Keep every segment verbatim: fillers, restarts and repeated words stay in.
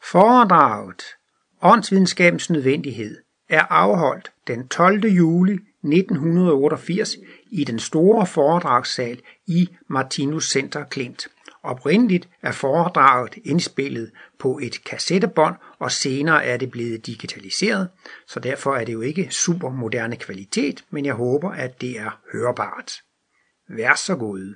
Foredraget Åndsvidenskabens nødvendighed er afholdt den tolvte juli nitten otteogfirs i den store foredragssal i Martinus Center Klint. Oprindeligt er foredraget indspillet på et kassettebånd, og senere er det blevet digitaliseret, så derfor er det jo ikke super moderne kvalitet, men jeg håber, at det er hørbart. Vær så god.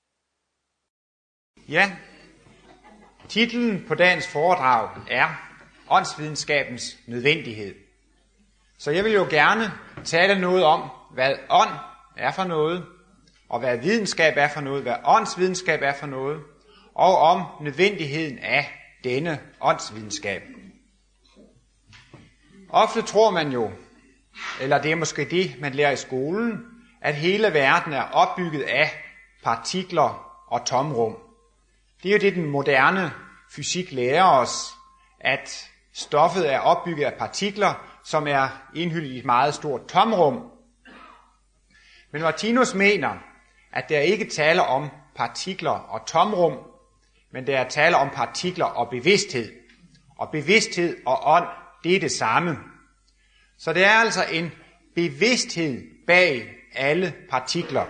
Ja, titlen på dagens foredrag er Åndsvidenskabens nødvendighed. Så jeg vil jo gerne tale noget om, hvad ånd er for noget, og hvad videnskab er for noget, hvad åndsvidenskab er for noget, og om nødvendigheden af denne åndsvidenskab. Ofte tror man jo, eller det er måske det, man lærer i skolen, at hele verden er opbygget af partikler og tomrum. Det er jo det, den moderne fysik lærer os, at stoffet er opbygget af partikler, som er indhyllet i et meget stort tomrum. Men Martinus mener, at der ikke taler om partikler og tomrum, men der er tale om partikler og bevidsthed. Og bevidsthed og ånd, det er det samme. Så det er altså en bevidsthed bag alle partikler.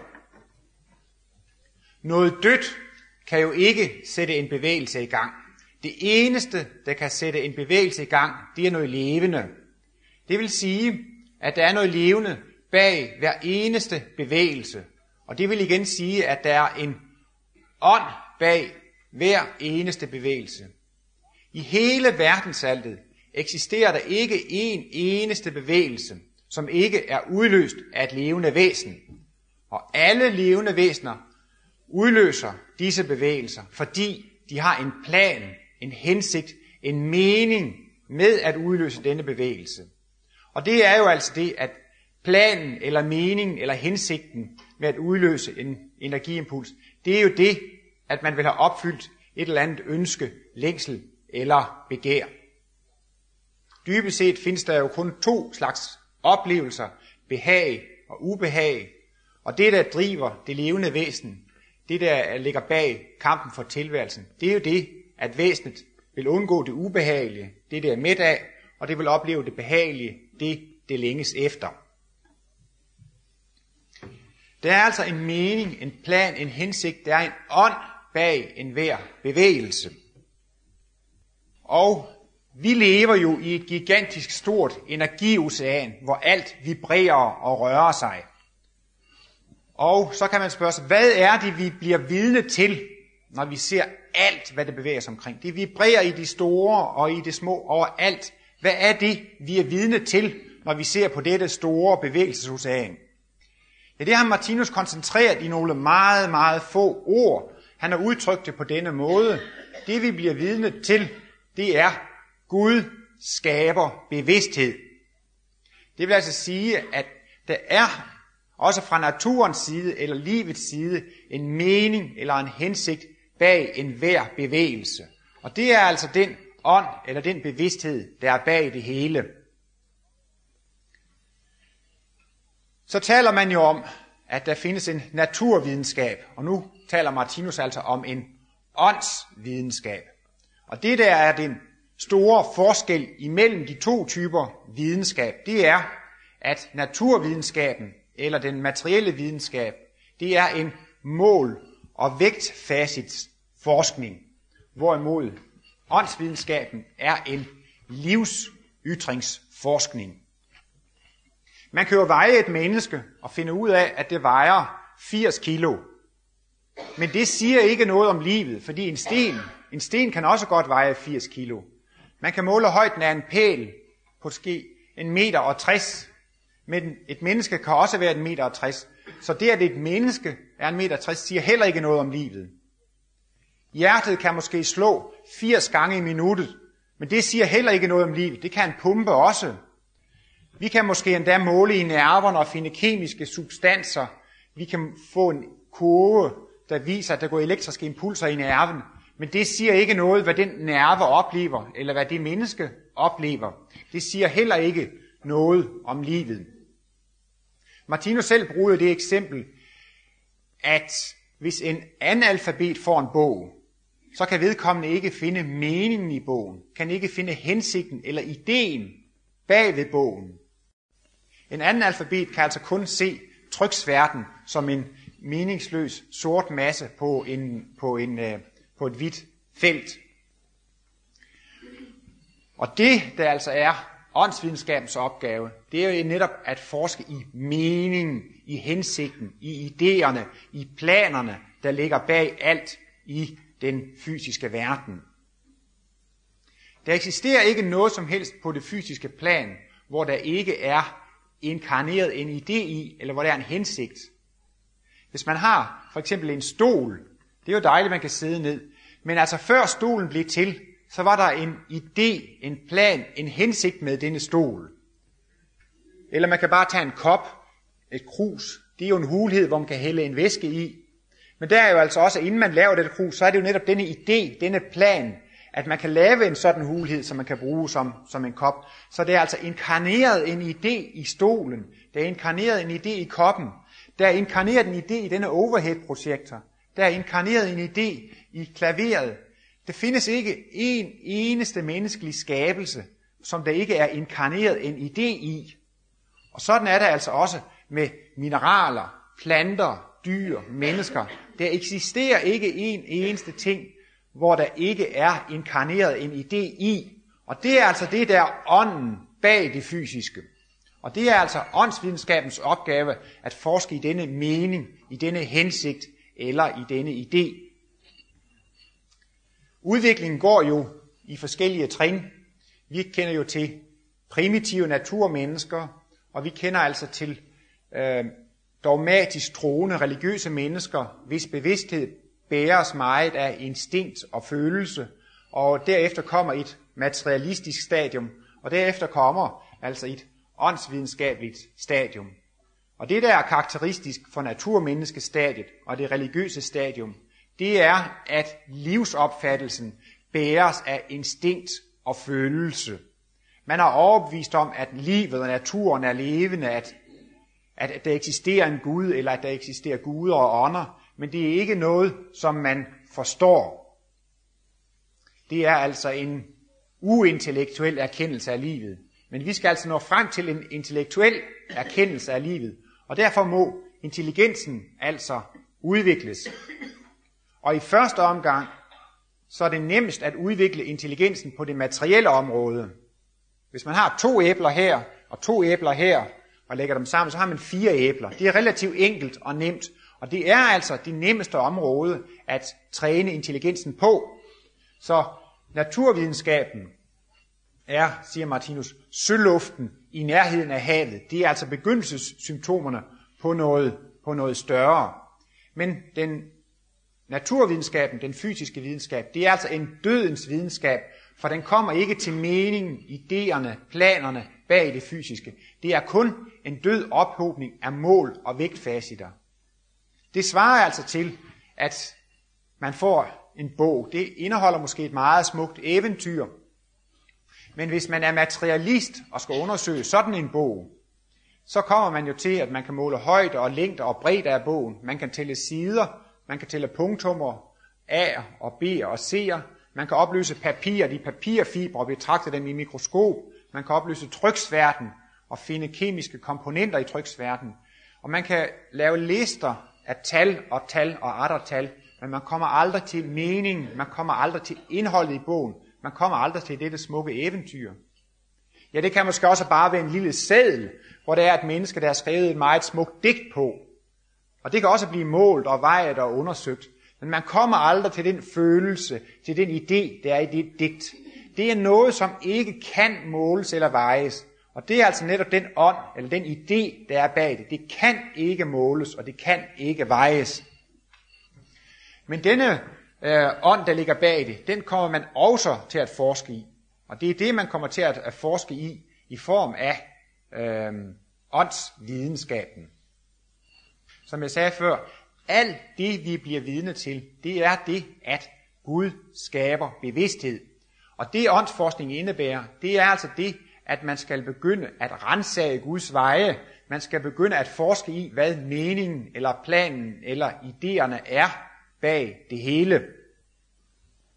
Noget dødt kan jo ikke sætte en bevægelse i gang. Det eneste, der kan sætte en bevægelse i gang, det er noget levende. Det vil sige, at der er noget levende bag hver eneste bevægelse. Og det vil igen sige, at der er en ånd bag hver eneste bevægelse. I hele verdensaltet eksisterer der ikke en eneste bevægelse, som ikke er udløst af et levende væsen. Og alle levende væsener udløser disse bevægelser, fordi de har en plan, en hensigt, en mening med at udløse denne bevægelse. Og det er jo altså det, at planen eller meningen eller hensigten med at udløse en energiimpuls, det er jo det, at man vil have opfyldt et eller andet ønske, længsel eller begær. Dybest set findes der jo kun to slags oplevelser, behag og ubehag. Og det, der driver det levende væsen, det der ligger bag kampen for tilværelsen, det er jo det, at væsenet vil undgå det ubehagelige, det der er midt af, og det vil opleve det behagelige, det det længes efter. Der er altså en mening, en plan, en hensigt, der er en ånd bag enhver bevægelse. Og vi lever jo i et gigantisk stort energiocean, hvor alt vibrerer og rører sig. Og så kan man spørge sig, hvad er det, vi bliver vidne til, når vi ser alt, hvad det bevæger sig omkring? Det vibrerer i de store og i det små overalt. Hvad er det, vi er vidne til, når vi ser på dette store bevægelsesocean? Ja, det har Martinus koncentreret i nogle meget, meget få ord. Han har udtrykt det på denne måde. Det, vi bliver vidne til, det er, Gud skaber bevidsthed. Det vil altså sige, at der er også fra naturens side eller livets side en mening eller en hensigt bag enhver bevægelse. Og det er altså den ånd eller den bevidsthed, der er bag det hele. Så taler man jo om, at der findes en naturvidenskab, og nu taler Martinus altså om en åndsvidenskab. Og det der er den store forskel imellem de to typer videnskab, det er, at naturvidenskaben eller den materielle videnskab, det er en mål- og vægtfacits forskning, hvorimod åndsvidenskaben er en livsytringsforskning. Man kan jo veje et menneske og finde ud af, at det vejer firs kilo. Men det siger ikke noget om livet, fordi en sten, en sten kan også godt veje firs kilo. Man kan måle højden af en pæl på måske en meter og tres, men et menneske kan også være en meter og tres. Så det, at et menneske er en meter og tres, siger heller ikke noget om livet. Hjertet kan måske slå firs gange i minuttet, men det siger heller ikke noget om livet. Det kan en pumpe også. Vi kan måske endda måle i nerverne og finde kemiske substanser. Vi kan få en kurve, der viser, at der går elektriske impulser i nerven. Men det siger ikke noget, hvad den nerve oplever, eller hvad det menneske oplever. Det siger heller ikke noget om livet. Martinus selv bruger det eksempel, at hvis en analfabet får en bog, så kan vedkommende ikke finde meningen i bogen, kan ikke finde hensigten eller ideen bag ved bogen. En anden alfabet kan altså kun se tryksværten som en meningsløs sort masse på, en, på, en, på et hvidt felt. Og det, der altså er åndsvidenskabens opgave, det er jo netop at forske i meningen, i hensigten, i idéerne, i planerne, der ligger bag alt i den fysiske verden. Der eksisterer ikke noget som helst på det fysiske plan, hvor der ikke er inkarneret en idé i, eller hvor der er en hensigt. Hvis man har for eksempel en stol, det er jo dejligt, man kan sidde ned, men altså før stolen blev til, så var der en idé, en plan, en hensigt med denne stol. Eller man kan bare tage en kop, et krus, det er jo en hulhed, hvor man kan hælde en væske i. Men der er jo altså også, inden man laver det krus, så er det jo netop denne idé, denne plan, at man kan lave en sådan hulhed, som man kan bruge som, som en kop. Så det er altså inkarneret en idé i stolen, der er inkarneret en idé i koppen, der er inkarneret en idé i denne overhead-projektor, der er inkarneret en idé i klaveret. Der findes ikke en eneste menneskelig skabelse, som der ikke er inkarneret en idé i. Og sådan er det altså også med mineraler, planter, dyr, mennesker. Der eksisterer ikke en eneste ting, hvor der ikke er inkarneret en idé i. Og det er altså det, der er ånden bag det fysiske. Og det er altså åndsvidenskabens opgave at forske i denne mening, i denne hensigt eller i denne idé. Udviklingen går jo i forskellige trin. Vi kender jo til primitive naturmennesker, og vi kender altså til øh, dogmatisk troende religiøse mennesker, hvis bevidsthed bæres meget af instinkt og følelse, og derefter kommer et materialistisk stadium, og derefter kommer altså et åndsvidenskabeligt stadium. Og det, der er karakteristisk for naturmenneskestadiet og det religiøse stadium, det er, at livsopfattelsen bæres af instinkt og følelse. Man er overbevist om, at livet og naturen er levende, at, at der eksisterer en Gud, eller at der eksisterer guder og ånder, men det er ikke noget, som man forstår. Det er altså en uintellektuel erkendelse af livet. Men vi skal altså nå frem til en intellektuel erkendelse af livet, og derfor må intelligensen altså udvikles. Og i første omgang, så er det nemmest at udvikle intelligensen på det materielle område. Hvis man har to æbler her og to æbler her, og lægger dem sammen, så har man fire æbler. Det er relativt enkelt og nemt, og det er altså det nemmeste område at træne intelligensen på. Så naturvidenskaben er, siger Martinus, søluften i nærheden af havet. Det er altså begyndelsessymptomerne på noget, på noget større. Men den naturvidenskaben, den fysiske videnskab, det er altså en dødens videnskab, for den kommer ikke til meningen, idéerne, planerne bag det fysiske. Det er kun en død ophobning af mål og vægtfaciter. Det svarer altså til, at man får en bog. Det indeholder måske et meget smukt eventyr, men hvis man er materialist og skal undersøge sådan en bog, så kommer man jo til, at man kan måle højde og længde og bredde af bogen. Man kan tælle sider, man kan tælle punktummer, A'er og B'er og C'er. Man kan opløse papir, de papirfibre og betragte dem i mikroskop. Man kan opløse tryksværten og finde kemiske komponenter i tryksværten. Og man kan lave lister af tal og tal og atter tal, men man kommer aldrig til meningen, man kommer aldrig til indholdet i bogen, man kommer aldrig til dette smukke eventyr. Ja, det kan måske også bare være en lille seddel, hvor der er et menneske, der har skrevet et meget smukt digt på. Og det kan også blive målt og vejet og undersøgt. Men man kommer aldrig til den følelse, til den idé, der er i det digt. Det er noget, som ikke kan måles eller vejes. Og det er altså netop den ånd, eller den idé, der er bag det. Det kan ikke måles, og det kan ikke vejes. Men denne øh, ånd, der ligger bag det, den kommer man også til at forske i. Og det er det, man kommer til at, at forske i, i form af øh, åndsvidenskaben. Som jeg sagde før, alt det, vi bliver vidne til, det er det, at Gud skaber bevidsthed. Og det åndsforskning indebærer, det er altså det, at man skal begynde at ransage Guds veje. Man skal begynde at forske i, hvad meningen eller planen eller idéerne er bag det hele.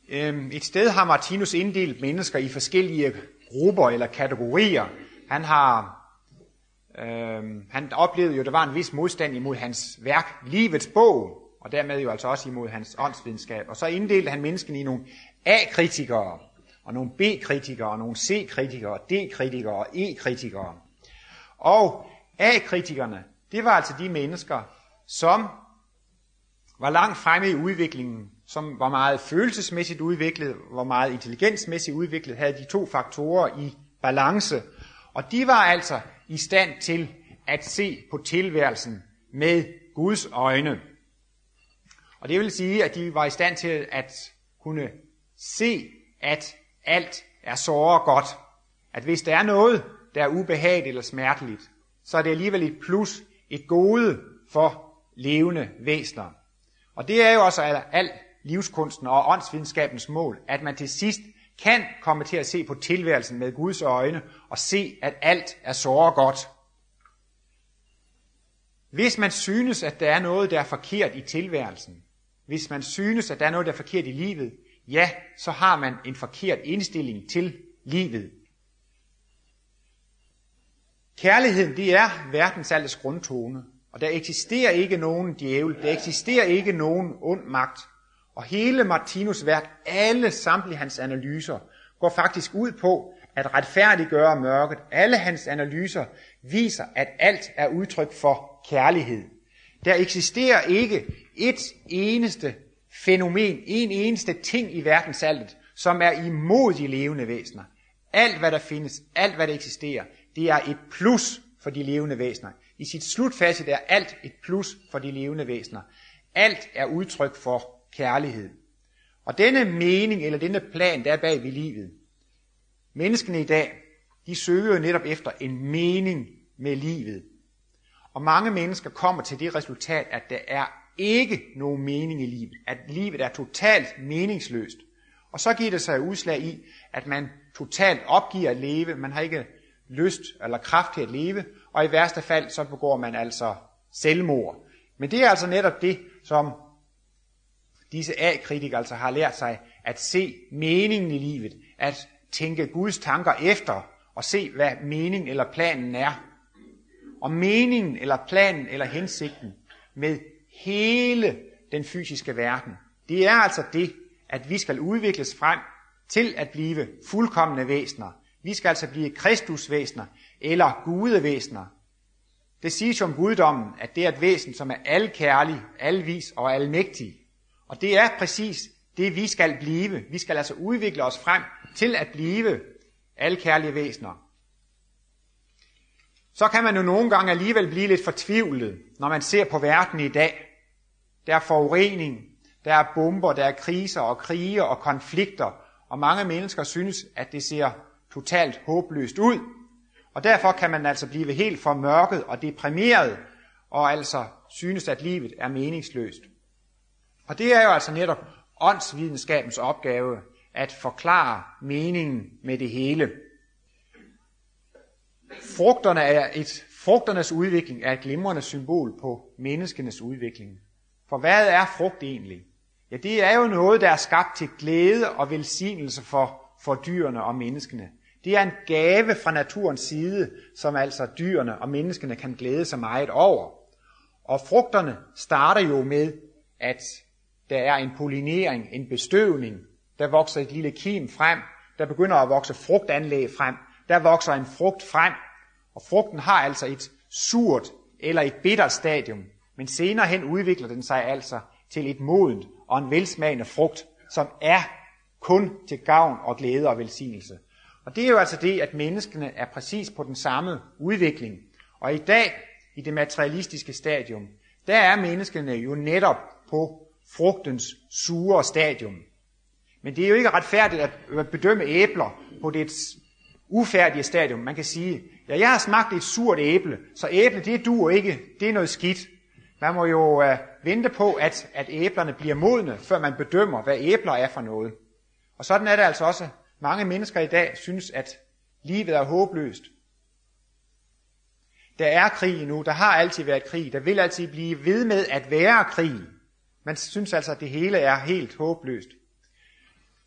Et sted har Martinus inddelt mennesker i forskellige grupper eller kategorier. Han har øh, han oplevede jo, at der var en vis modstand imod hans værk, Livets Bog, og dermed jo altså også imod hans åndsvidenskab. Og så inddelte han menneskene i nogle A-kritikere, og nogle B-kritikere, og nogle C-kritikere, og D-kritikere og E-kritikere. Og A-kritikerne, det var altså de mennesker, som var langt fremme i udviklingen, som var meget følelsesmæssigt udviklet, var meget intelligensmæssigt udviklet, havde de to faktorer i balance. Og de var altså i stand til at se på tilværelsen med Guds øjne. Og det vil sige, at de var i stand til at kunne se, at alt er såre godt. At hvis der er noget, der er ubehageligt eller smerteligt, så er det alligevel et plus, et gode for levende væsener. Og det er jo også al livskunsten og åndsvidenskabens mål, at man til sidst kan komme til at se på tilværelsen med Guds øjne og se, at alt er såre godt. Hvis man synes, at der er noget, der er forkert i tilværelsen, hvis man synes, at der er noget, der er forkert i livet, ja, så har man en forkert indstilling til livet. Kærligheden, det er verdensaltets grundtone, og der eksisterer ikke nogen djævel, der eksisterer ikke nogen ond magt. Og hele Martinus' værk, alle samtlige hans analyser, går faktisk ud på at retfærdiggøre mørket. Alle hans analyser viser, at alt er udtryk for kærlighed. Der eksisterer ikke et eneste fænomen, en eneste ting i verdensaltet, som er imod de levende væsener. Alt hvad der findes, alt hvad der eksisterer, det er et plus for de levende væsener. I sit slutfacit er alt et plus for de levende væsener. Alt er udtryk for kærlighed. Og denne mening, eller denne plan, der er bag ved livet. Menneskene i dag, de søger jo netop efter en mening med livet. Og mange mennesker kommer til det resultat, at der er ikke nogen mening i livet. At livet er totalt meningsløst. Og så giver det sig udslag i, at man totalt opgiver at leve. Man har ikke lyst eller kraft til at leve. Og i værste fald, så begår man altså selvmord. Men det er altså netop det, som disse A-kritikere altså har lært sig, at se meningen i livet, at tænke Guds tanker efter, og se, hvad meningen eller planen er. Og meningen eller planen eller hensigten med hele den fysiske verden, det er altså det, at vi skal udvikles frem til at blive fuldkomne væsener. Vi skal altså blive kristusvæsener eller gudevæsener. Det siges om guddommen, at det er et væsen, som er alkærlig, alvis og almægtig. Og det er præcis det, vi skal blive. Vi skal altså udvikle os frem til at blive alkærlige væsener. Så kan man jo nogle gange alligevel blive lidt fortvivlet, når man ser på verden i dag. Der er forurening, der er bomber, der er kriser og krige og konflikter, og mange mennesker synes, at det ser totalt håbløst ud. Og derfor kan man altså blive helt formørket og deprimeret, og altså synes, at livet er meningsløst. Og det er jo altså netop åndsvidenskabens opgave, at forklare meningen med det hele. Frugterne er et, frugternes udvikling er et glimrende symbol på menneskenes udvikling. For hvad er frugt egentlig? Ja, det er jo noget, der er skabt til glæde og velsignelse for, for dyrene og menneskene. Det er en gave fra naturens side, som altså dyrene og menneskene kan glæde sig meget over. Og frugterne starter jo med, at der er en pollinering, en bestøvning. Der vokser et lille kim frem. Der begynder at vokse frugtanlæg frem. Der vokser en frugt frem. Og frugten har altså et surt eller et bittert stadium. Men senere hen udvikler den sig altså til et modent og en velsmagende frugt, som er kun til gavn og glæde og velsignelse. Og det er jo altså det, at menneskene er præcis på den samme udvikling. Og i dag, i det materialistiske stadium, der er menneskene jo netop på frugtens sure stadium. Men det er jo ikke retfærdigt at bedømme æbler på det ufærdige stadium. Man kan sige, ja, jeg har smagt et surt æble, så æble, det duer ikke, det er noget skidt. Man må jo uh, vente på, at, at æblerne bliver modne, før man bedømmer, hvad æbler er for noget. Og sådan er det altså også. Mange mennesker i dag synes, at livet er håbløst. Der er krig nu, der har altid været krig, der vil altid blive ved med at være krig. Man synes altså, at det hele er helt håbløst.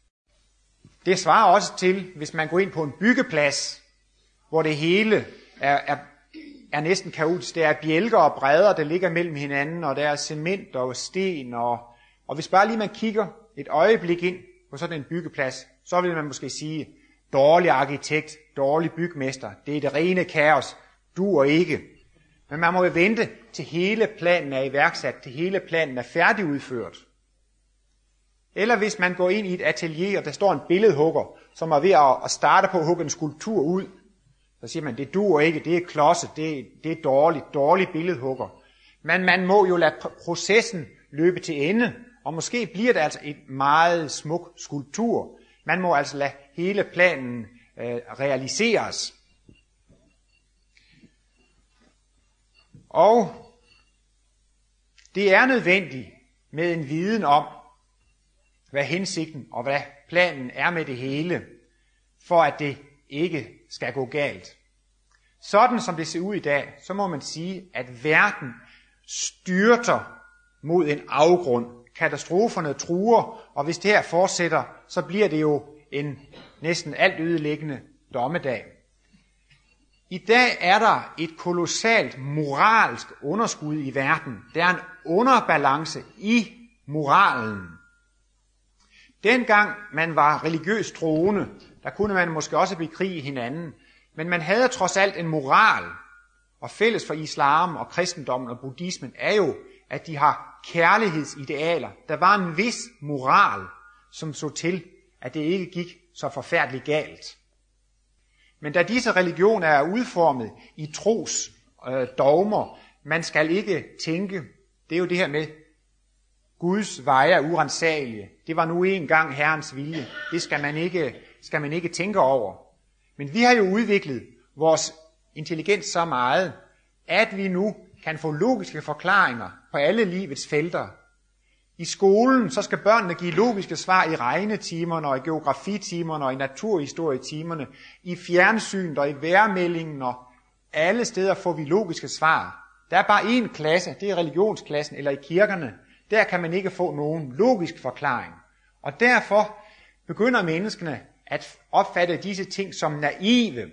Det svarer også til, hvis man går ind på en byggeplads, hvor det hele er, er, er næsten kaotisk. Der er bjælker og brædder, der ligger mellem hinanden, og der er cement og sten. Og, og hvis bare lige man kigger et øjeblik ind på sådan en byggeplads, så vil man måske sige, dårlig arkitekt, dårlig bygmester, det er det rene kaos, duer ikke. Men man må jo vente til hele planen er iværksat, til hele planen er færdigudført. Eller hvis man går ind i et atelier, og der står en billedhugger, som er ved at starte på at hugge en skulptur ud, så siger man, det duer ikke, det er klodset, det, det er dårligt, dårlig billedhugger. Men man må jo lade processen løbe til ende, og måske bliver det altså et meget smuk skulptur. Man må altså lade hele planen øh, realiseres. Og det er nødvendigt med en viden om, hvad hensigten og hvad planen er med det hele, for at det ikke skal gå galt. Sådan som det ser ud i dag, så må man sige, at verden styrter mod en afgrund. Katastroferne truer, og hvis det her fortsætter, så bliver det jo en næsten alt ødelæggende dommedag. I dag er der et kolossalt moralsk underskud i verden. Der er en underbalance i moralen. Dengang man var religiøst troende, der kunne man måske også bekrige hinanden, men man havde trods alt en moral, og fælles for islam og kristendommen og buddhismen er jo, at de har kærlighedsidealer. Der var en vis moral, som så til, at det ikke gik så forfærdeligt galt. Men da disse religioner er udformet i tros øh, dogmer, man skal ikke tænke, det er jo det her med, Guds veje er uransagelige. Det var nu engang Herrens vilje. Det skal man ikke, skal man ikke tænke over. Men vi har jo udviklet vores intelligens så meget, at vi nu kan få logiske forklaringer på alle livets felter. I skolen så skal børnene give logiske svar i regnetimerne og i geografitimerne og i naturhistorietimerne, i fjernsynet og i vejrmeldingen, og alle steder får vi logiske svar. Der er bare én klasse, det er religionsklassen eller i kirkerne. Der kan man ikke få nogen logisk forklaring. Og derfor begynder menneskene at opfatte disse ting som naive.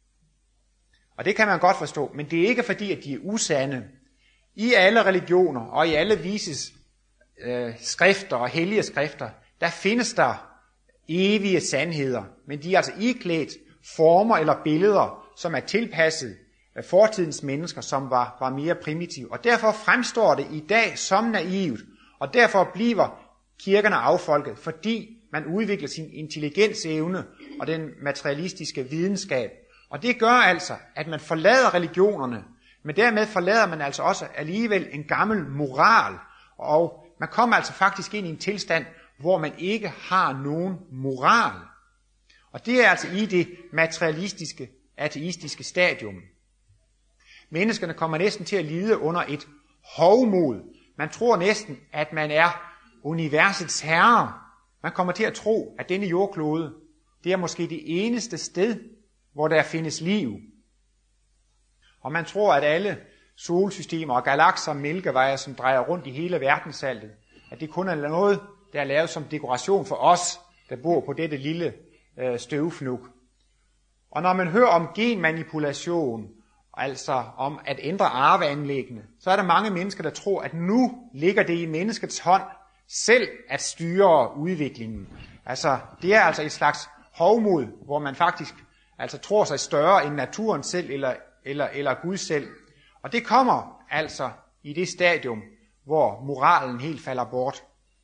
Og det kan man godt forstå, men det er ikke fordi, at de er usande. I alle religioner og i alle vises øh, skrifter og hellige skrifter, der findes der evige sandheder, men de er altså iklædt former eller billeder, som er tilpasset af fortidens mennesker, som var, var mere primitive. Og derfor fremstår det i dag som naivt, og derfor bliver kirkerne affolket, fordi man udvikler sin intelligensevne og den materialistiske videnskab. Og det gør altså, at man forlader religionerne, men dermed forlader man altså også alligevel en gammel moral, og man kommer altså faktisk ind i en tilstand, hvor man ikke har nogen moral. Og det er altså i det materialistiske, ateistiske stadium. Menneskerne kommer næsten til at lide under et hovmod. Man tror næsten, at man er universets herre. Man kommer til at tro, at denne jordklode, det er måske det eneste sted, hvor der findes liv. Og man tror, at alle solsystemer og galakser og mælkeveje, som drejer rundt i hele verdenssaltet, at det kun er noget, der er lavet som dekoration for os, der bor på dette lille øh, støvfnug. Og når man hører om genmanipulation, altså om at ændre arveanlæggene, så er der mange mennesker, der tror, at nu ligger det i menneskets hånd selv at styre udviklingen. Altså, det er altså et slags hovmod, hvor man faktisk altså tror sig større end naturen selv eller, eller, eller Gud selv. Og det kommer altså i det stadium, hvor moralen helt falder bort.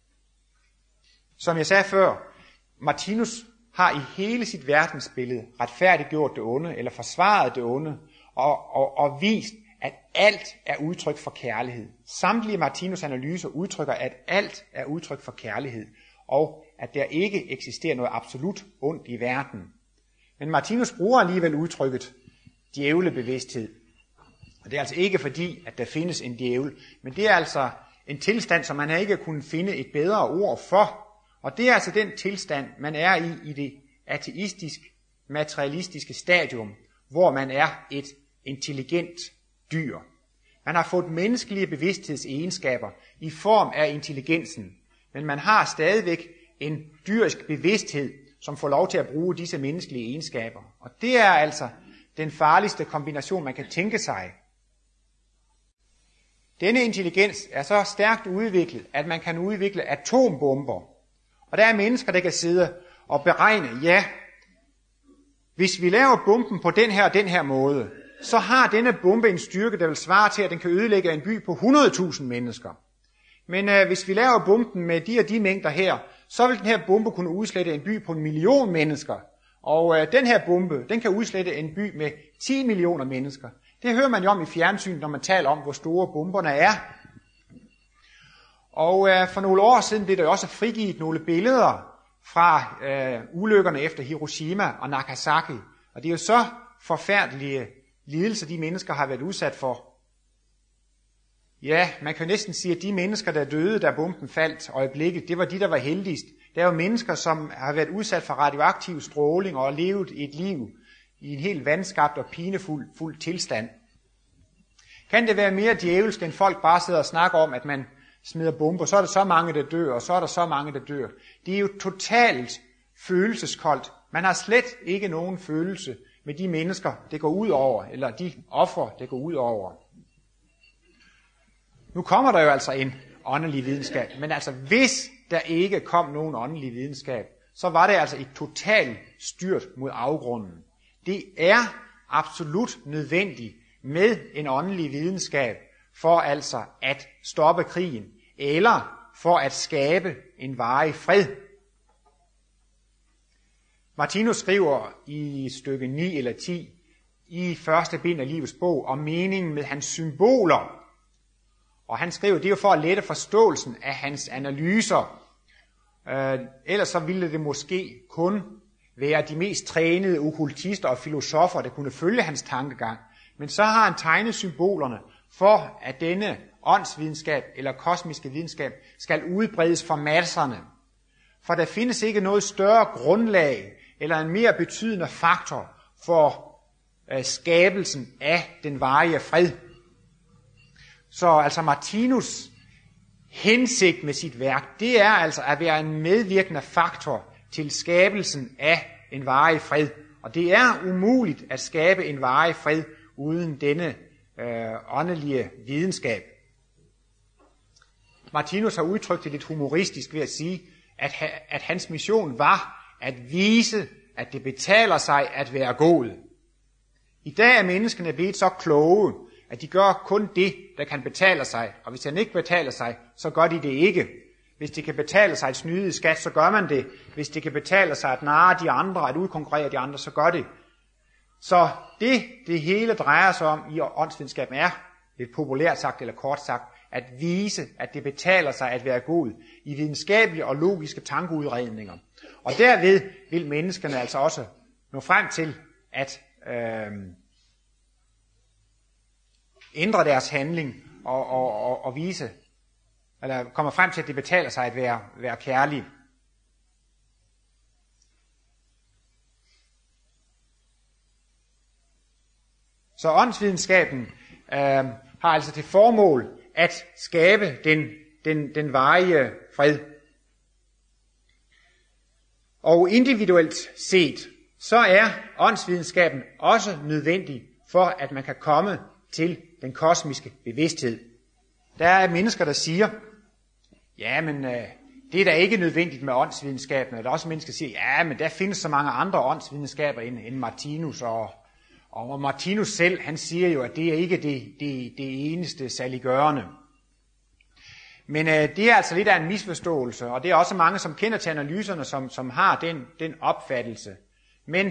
Som jeg sagde før, Martinus har i hele sit verdensbillede retfærdiggjort det onde, eller forsvaret det onde, og, og, og vist, at alt er udtryk for kærlighed. Samtlige Martinus' analyser udtrykker, at alt er udtryk for kærlighed, og at der ikke eksisterer noget absolut ondt i verden. Men Martinus bruger alligevel udtrykket djævlebevidsthed. Og det er altså ikke fordi, at der findes en djævel, men det er altså en tilstand, som man ikke kunne finde et bedre ord for. Og det er altså den tilstand, man er i i det ateistisk materialistiske stadium, hvor man er et intelligent dyr. Man har fået menneskelige bevidsthedsegenskaber i form af intelligensen, men man har stadigvæk en dyrisk bevidsthed, som får lov til at bruge disse menneskelige egenskaber. Og det er altså den farligste kombination, man kan tænke sig. Denne intelligens er så stærkt udviklet, at man kan udvikle atombomber. Og der er mennesker, der kan sidde og beregne, ja, hvis vi laver bomben på den her og den her måde, så har denne bombe en styrke, der vil svare til, at den kan ødelægge en by på hundrede tusind mennesker. Men øh, hvis vi laver bomben med de og de mængder her, så vil den her bombe kunne udslette en by på en million mennesker. Og øh, den her bombe, den kan udslette en by med ti millioner mennesker. Det hører man jo om i fjernsynet, når man taler om, hvor store bomberne er. Og øh, for nogle år siden blev der også frigivet nogle billeder fra øh, ulykkerne efter Hiroshima og Nagasaki. Og det er jo så forfærdelige lidelser, de mennesker har været udsat for. Ja, man kan næsten sige, at de mennesker, der døde, da bomben faldt øjeblikket, det var de, der var heldigst. Der er jo mennesker, som har været udsat for radioaktiv stråling og levet et liv i en helt vandskabt og pinefuld fuld tilstand. Kan det være mere djævelsk, end folk bare sidder og snakker om, at man smider bomber, så er der så mange, der dør, og så er der så mange, der dør. Det er jo totalt følelseskoldt. Man har slet ikke nogen følelse med de mennesker, det går ud over, eller de ofre, det går ud over. Nu kommer der jo altså en åndelig videnskab, men altså hvis der ikke kom nogen åndelig videnskab, så var det altså et totalt styrt mod afgrunden. Det er absolut nødvendigt med en åndelig videnskab for altså at stoppe krigen, eller for at skabe en varig fred. Martinus skriver i stykke ni eller ti i første bind af Livets bog om meningen med hans symboler. Og han skriver, det er jo for at lette forståelsen af hans analyser. Øh, ellers så ville det måske kun være de mest trænede okkultister og filosofer, der kunne følge hans tankegang. Men så har han tegnet symbolerne for, at denne åndsvidenskab eller kosmiske videnskab skal udbredes for masserne. For der findes ikke noget større grundlag eller en mere betydende faktor for øh, skabelsen af den varige fred. Så altså Martinus hensigt med sit værk, det er altså at være en medvirkende faktor til skabelsen af en varig fred. Og det er umuligt at skabe en varig fred uden denne øh, åndelige videnskab. Martinus har udtrykt det lidt humoristisk ved at sige, at, ha, at hans mission var at vise, at det betaler sig at være god. I dag er menneskene blevet så kloge, at de gør kun det, der kan betale sig. Og hvis den ikke betaler sig, så gør de det ikke. Hvis det kan betale sig at snyde i skat, så gør man det. Hvis det kan betale sig at narre de andre, at udkonkurrere de andre, så gør det. Så det, det hele drejer sig om i åndsvidenskaben er, lidt populært sagt eller kort sagt, at vise, at det betaler sig at være god i videnskabelige og logiske tankeudredninger. Og derved vil menneskene altså også nå frem til at øh, ændre deres handling og, og, og, og vise, eller komme frem til, at det betaler sig at være, være kærlig. Så åndsvidenskaben øh, har altså til formål at skabe den, den, den varige fred. Og individuelt set, så er åndsvidenskaben også nødvendig for, at man kan komme til den kosmiske bevidsthed. Der er mennesker, der siger, ja, men øh, det er da ikke nødvendigt med åndsvidenskaben. Og der er også mennesker, der siger, ja, men der findes så mange andre åndsvidenskaber end, end Martinus. Og, og Martinus selv, han siger jo, at det er ikke det, det, det eneste saliggørende. Men øh, det er altså lidt af en misforståelse, og det er også mange, som kender til analyserne, som, som har den, den opfattelse. Men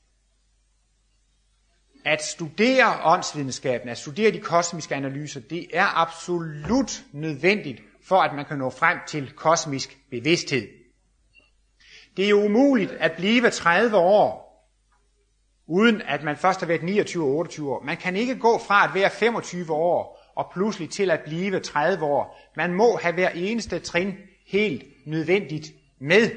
at studere åndsvidenskaben, at studere de kosmiske analyser, det er absolut nødvendigt for, at man kan nå frem til kosmisk bevidsthed. Det er jo umuligt at blive tredive år, uden at man først har været niogtyve og otteogtyve år. Man kan ikke gå fra at være femogtyve år og pludselig til at blive tredive år. Man må have hver eneste trin helt nødvendigt med.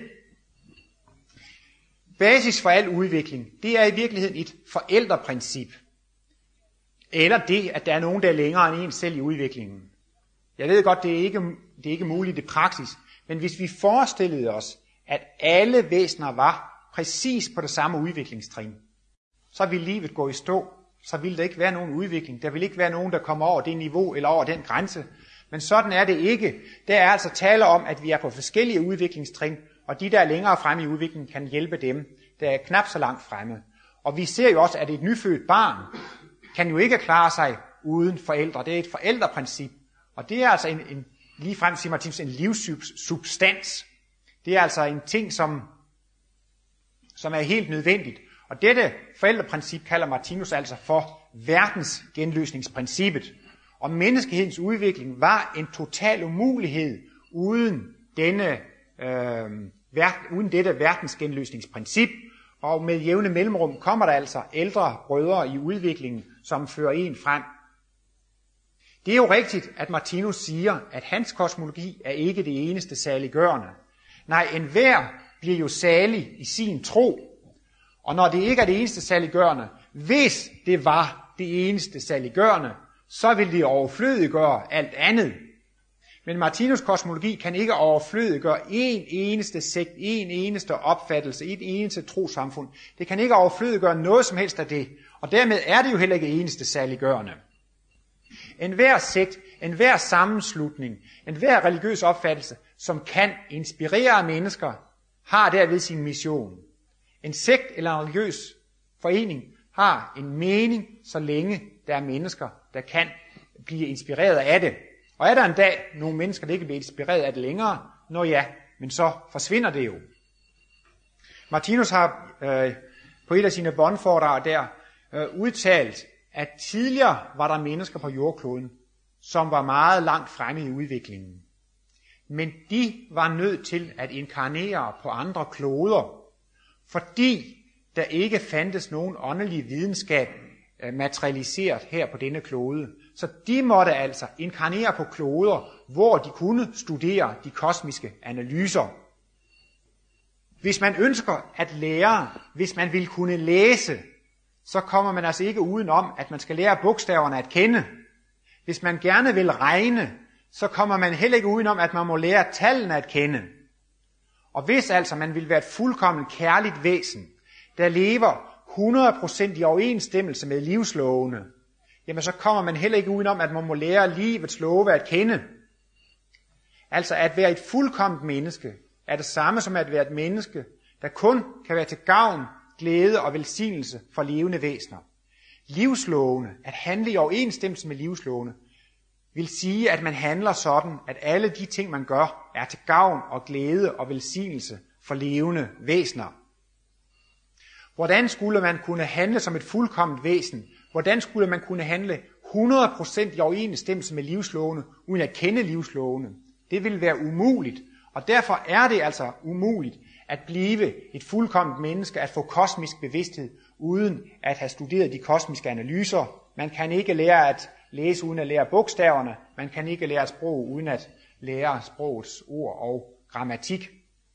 Basis for al udvikling, det er i virkeligheden et forældreprincip. Eller det, at der er nogen, der er længere end en selv i udviklingen. Jeg ved godt, det er ikke, det er ikke muligt i praksis, men hvis vi forestillede os, at alle væsener var præcis på det samme udviklingstrin, så vil livet gå i stå, så vil der ikke være nogen udvikling, der vil ikke være nogen, der kommer over det niveau eller over den grænse. Men sådan er det ikke. Der er altså tale om, at vi er på forskellige udviklingstrin, og de, der er længere fremme i udviklingen, kan hjælpe dem, der er knap så langt fremme. Og vi ser jo også, at et nyfødt barn kan jo ikke klare sig uden forældre. Det er et forældreprincip, og det er altså en, en ligefrem siger Martinus, en livssubstans. Det er altså en ting, som, som er helt nødvendigt. Og dette forældreprincip kalder Martinus altså for verdensgenløsningsprincippet. Og menneskehedens udvikling var en total umulighed uden, denne, øh, ver, uden dette verdensgenløsningsprincip. Og med jævne mellemrum kommer der altså ældre brødre i udviklingen, som fører en frem. Det er jo rigtigt, at Martinus siger, at hans kosmologi er ikke det eneste saliggørende. Nej, enhver bliver jo salig i sin tro. Og når det ikke er det eneste saliggørende, hvis det var det eneste saliggørende, så vil det overflødiggøre alt andet. Men Martinus kosmologi kan ikke overflødiggøre en eneste sekt, en eneste opfattelse, et eneste trosamfund. Det kan ikke overflødiggøre noget som helst af det. Og dermed er det jo heller ikke det eneste saliggørende. En hver sekt, en hver sammenslutning, en hver religiøs opfattelse, som kan inspirere mennesker, har derved sin mission. En sekt eller en religiøs forening har en mening, så længe der er mennesker, der kan blive inspireret af det. Og er der en dag nogle mennesker, der ikke bliver inspireret af det længere, nå ja, men så forsvinder det jo. Martinus har øh, på et af sine båndforedrag der øh, udtalt, at tidligere var der mennesker på jordkloden, som var meget langt fremme i udviklingen. Men de var nødt til at inkarnere på andre kloder, fordi der ikke fandtes nogen åndelig videnskab materialiseret her på denne klode. Så de måtte altså inkarnere på kloder, hvor de kunne studere de kosmiske analyser. Hvis man ønsker at lære, hvis man vil kunne læse, så kommer man altså ikke udenom, at man skal lære bogstaverne at kende. Hvis man gerne vil regne, så kommer man heller ikke udenom, at man må lære tallene at kende. Og hvis altså man vil være et fuldkommen kærligt væsen, der lever hundrede procent i overensstemmelse med livslovene, jamen så kommer man heller ikke udenom, at man må lære livets love at kende. Altså at være et fuldkomment menneske er det samme som at være et menneske, der kun kan være til gavn, glæde og velsignelse for levende væsener. Livslovene, at handle i overensstemmelse med livslovene, vil sige, at man handler sådan, at alle de ting, man gør, er til gavn og glæde og velsignelse for levende væsener. Hvordan skulle man kunne handle som et fuldkomment væsen? Hvordan skulle man kunne handle hundrede procent i overensstemmelse med livslovene, uden at kende livslovene? Det ville være umuligt, og derfor er det altså umuligt at blive et fuldkomment menneske, at få kosmisk bevidsthed, uden at have studeret de kosmiske analyser. Man kan ikke lære at læse uden at lære bogstaverne. Man kan ikke lære sprog uden at lære sprogets ord og grammatik.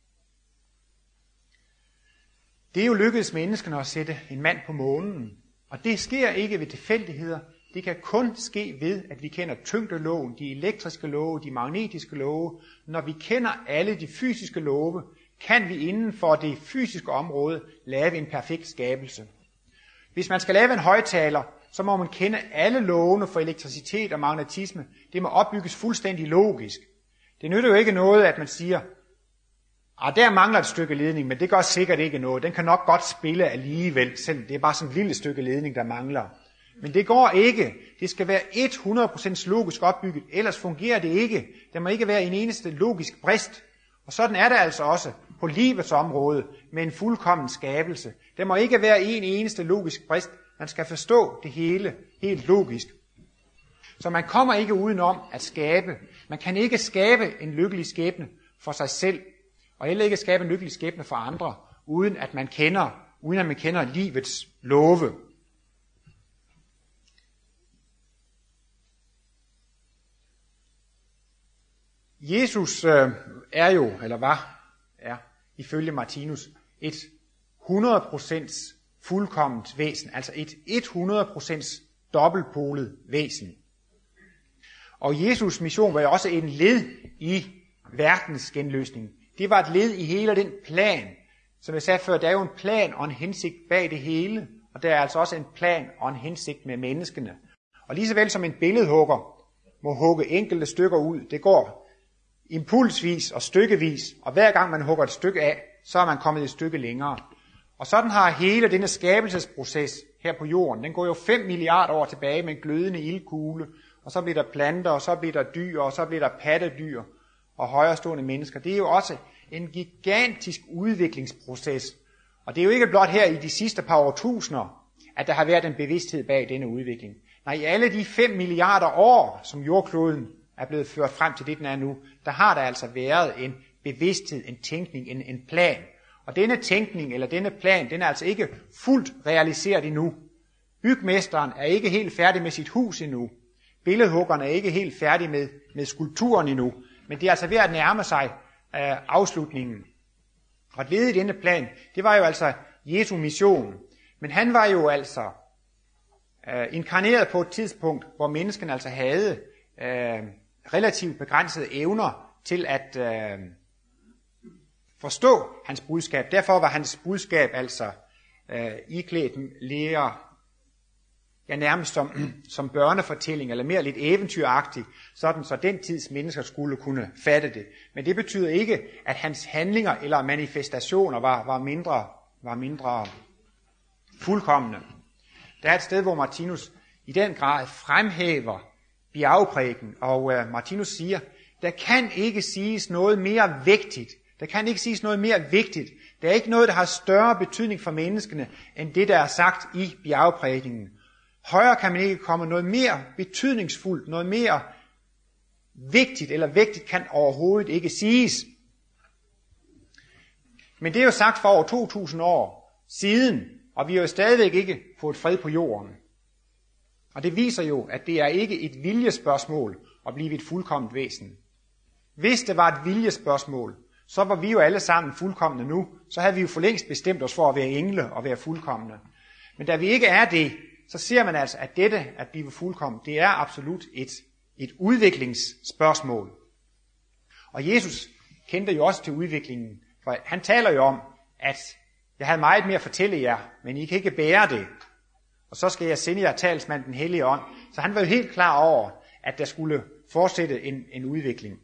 Det er jo lykkedes menneskene at sætte en mand på månen, og det sker ikke ved tilfældigheder. Det kan kun ske ved, at vi kender tyngdeloven, de elektriske love, de magnetiske love. Når vi kender alle de fysiske love, kan vi inden for det fysiske område lave en perfekt skabelse. Hvis man skal lave en højttaler, så må man kende alle lovene for elektricitet og magnetisme. Det må opbygges fuldstændig logisk. Det nytter jo ikke noget, at man siger, ah, der mangler et stykke ledning, men det gør sikkert ikke noget. Den kan nok godt spille alligevel, selv det er bare sådan et lille stykke ledning, der mangler. Men det går ikke. Det skal være hundrede procent logisk opbygget, ellers fungerer det ikke. Der må ikke være en eneste logisk brist. Og sådan er det altså også på livets område med en fuldkommen skabelse. Der må ikke være en eneste logisk brist. Man skal forstå det hele helt logisk. Så man kommer ikke udenom at skabe. Man kan ikke skabe en lykkelig skæbne for sig selv, og heller ikke skabe en lykkelig skæbne for andre, uden at man kender, uden at man kender livets love. Jesus øh, er jo, eller var, er ifølge Martinus, et hundrede procent fuldkomment væsen, altså et hundrede procent dobbeltpolet væsen. Og Jesus' mission var jo også en led i verdens genløsning. Det var et led i hele den plan, Som jeg sagde før, der er jo en plan og en hensigt bag det hele, og der er altså også en plan og en hensigt med menneskene. Og lige så vel som en billedhugger må hugge enkelte stykker ud, det går impulsvis og stykkevis, og hver gang man hugger et stykke af, så er man kommet et stykke længere. Og sådan har hele denne skabelsesproces her på jorden, den går jo fem milliarder år tilbage med en glødende ildkugle, og så bliver der planter, og så bliver der dyr, og så bliver der pattedyr og højerestående mennesker. Det er jo også en gigantisk udviklingsproces. Og det er jo ikke blot her i de sidste par årtusinder, at der har været en bevidsthed bag denne udvikling. Nej, i alle de fem milliarder år, som jordkloden er blevet ført frem til det, den er nu, der har der altså været en bevidsthed, en tænkning, en, en plan. Og denne tænkning eller denne plan, den er altså ikke fuldt realiseret endnu. Bygmesteren er ikke helt færdig med sit hus endnu. Billedhuggeren er ikke helt færdig med, med skulpturen endnu. Men det er altså ved at nærme sig øh, afslutningen. Og et led i denne plan, det var jo altså Jesu mission. Men han var jo altså øh, inkarneret på et tidspunkt, hvor mennesken altså havde øh, relativt begrænsede evner til at øh, forstå hans budskab. Derfor var hans budskab altså øh, iklædt lærer, ja nærmest som, som børnefortælling, eller mere lidt eventyragtig, sådan så den tids mennesker skulle kunne fatte det. Men det betyder ikke, at hans handlinger eller manifestationer var, var, mindre, var mindre fuldkomne. Der er et sted, hvor Martinus i den grad fremhæver bjergprædiken, og uh, Martinus siger, der kan ikke siges noget mere vigtigt, der kan ikke siges noget mere vigtigt, der er ikke noget, der har større betydning for menneskene, end det, der er sagt i bjergprædiken. Højere kan man ikke komme, noget mere betydningsfuldt, noget mere vigtigt eller vigtigt kan overhovedet ikke siges. Men det er jo sagt for over to tusind år siden, og vi har jo stadigvæk ikke fået fred på jorden. Og det viser jo, at det er ikke et viljespørgsmål at blive et fuldkomment væsen. Hvis det var et viljespørgsmål, så var vi jo alle sammen fuldkomne nu, så havde vi jo for længst bestemt os for at være engle og være fuldkomne. Men da vi ikke er det, så ser man altså, at dette at blive fuldkommen, det er absolut et, et udviklingsspørgsmål. Og Jesus kendte jo også til udviklingen, for han taler jo om, at jeg havde meget mere at fortælle jer, men I kan ikke bære det. Og så skal jeg sende jer talsmand den hellige ånd. Så han var jo helt klar over, at der skulle fortsætte en, en udvikling.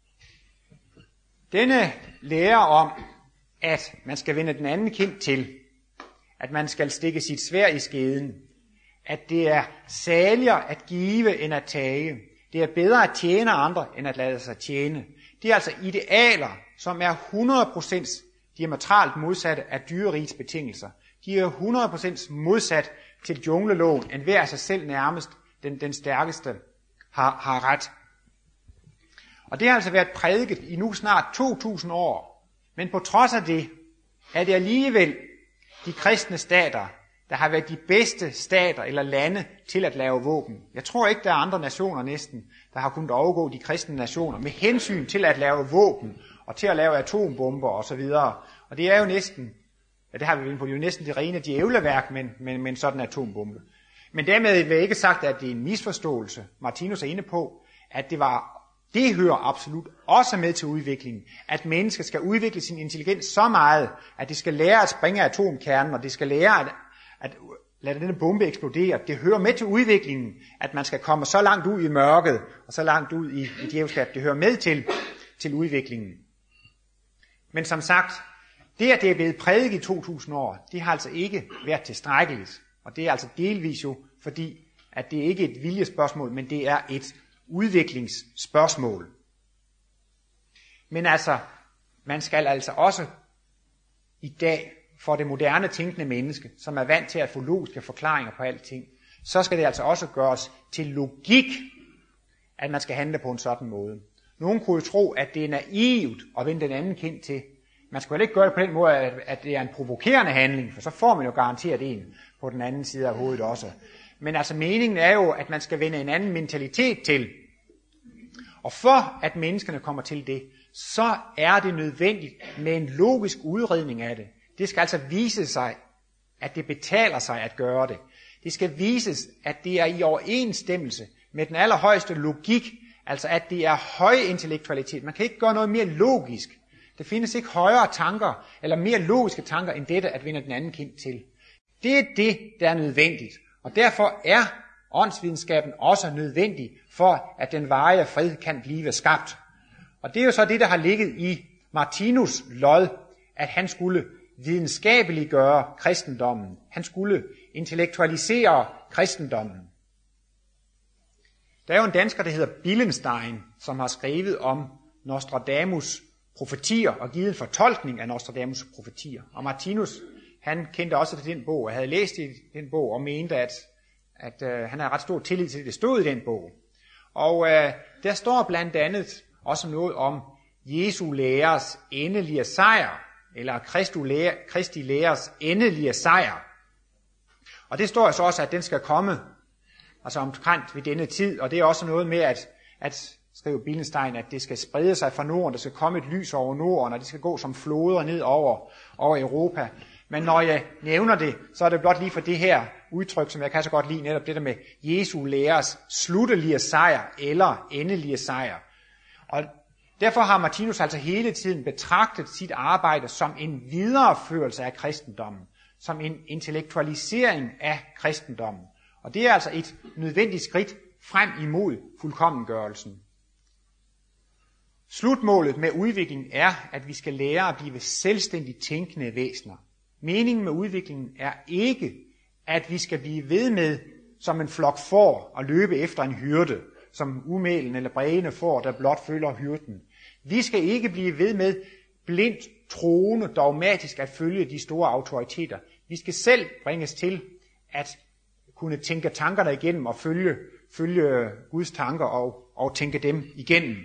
Denne lærer om, at man skal vende den anden kind til, at man skal stikke sit sværd i skeden, at det er saligere at give end at tage, det er bedre at tjene andre end at lade sig tjene. Det er altså idealer, som er hundrede procent diametralt modsatte af dyrerigs betingelser. De er hundrede procent modsat til jungleloven, end hver af sig selv nærmest den, den stærkeste har, har ret. Og det har altså været prædiket i nu snart to tusind år. Men på trods af det, er det alligevel de kristne stater, der har været de bedste stater eller lande til at lave våben. Jeg tror ikke, der er andre nationer næsten, der har kunnet overgå de kristne nationer med hensyn til at lave våben og til at lave atombomber osv. Og det er jo næsten, ja det har vi været på, det er jo næsten det rene djævleværk med, med, med en sådan atombombe. Men dermed vil jeg ikke sagt, at det er en misforståelse. Martinus er inde på, at det var det hører absolut også med til udviklingen, at mennesker skal udvikle sin intelligens så meget, at det skal lære at springe af atomkernen, og det skal lære at, at lade denne bombe eksplodere. Det hører med til udviklingen, at man skal komme så langt ud i mørket, og så langt ud i, i djævelskab. Det hører med til, til udviklingen. Men som sagt, det at det er blevet prædiket i to tusind år, det har altså ikke været tilstrækkeligt. Og det er altså delvis jo, fordi at det ikke er et viljespørgsmål, men det er et udviklingsspørgsmål. Men altså, man skal altså også i dag, for det moderne tænkende menneske, som er vant til at få logiske forklaringer på alting, så skal det altså også gøres til logik, at man skal handle på en sådan måde. Nogen kunne jo tro, at det er naivt at vende den anden kind til. Man skal vel ikke gøre det på den måde, at det er en provokerende handling, for så får man jo garanteret en på den anden side af hovedet også. Men altså meningen er jo, at man skal vende en anden mentalitet til. Og for at menneskene kommer til det, så er det nødvendigt med en logisk udredning af det. Det skal altså vise sig, at det betaler sig at gøre det. Det skal vises, at det er i overensstemmelse med den allerhøjeste logik, altså at det er høj intellektualitet. Man kan ikke gøre noget mere logisk. Der findes ikke højere tanker, eller mere logiske tanker, end dette at vinde den anden kind til. Det er det, der er nødvendigt. Og derfor er åndsvidenskaben også nødvendig, for at den varige fred kan blive skabt. Og det er jo så det, der har ligget i Martinus lod, at han skulle videnskabeliggøre kristendommen. Han skulle intellektualisere kristendommen. Der er jo en dansker, der hedder Billenstein, som har skrevet om Nostradamus' profetier og givet en fortolkning af Nostradamus' profetier. Og Martinus, han kendte også til den bog, og havde læst i den bog, og mente, at, at uh, han havde ret stor tillid til, at det stod i den bog. Og uh, der står blandt andet også noget om Jesu lærers endelige sejr, eller Kristi lærers endelige sejr. Og det står så også, at den skal komme, altså omtrent ved denne tid, og det er også noget med, at, at skriver Billenstein, at det skal sprede sig fra Norden, der skal komme et lys over Norden, og det skal gå som floder ned over, over Europa. Men når jeg nævner det, så er det blot lige for det her udtryk, som jeg kan så godt lide, netop det der med Jesu lærers sluttelige sejr, eller endelige sejr. Og derfor har Martinus altså hele tiden betragtet sit arbejde som en videreførelse af kristendommen, som en intellektualisering af kristendommen. Og det er altså et nødvendigt skridt frem imod fuldkommengørelsen. Slutmålet med udviklingen er, at vi skal lære at blive selvstændigt tænkende væsener. Meningen med udviklingen er ikke, at vi skal blive ved med som en flok får og løbe efter en hyrde, som umælen eller brægende får, der blot følger hyrden. Vi skal ikke blive ved med blindt troende dogmatisk at følge de store autoriteter. Vi skal selv bringes til at kunne tænke tankerne igennem og følge, følge Guds tanker og, og tænke dem igennem.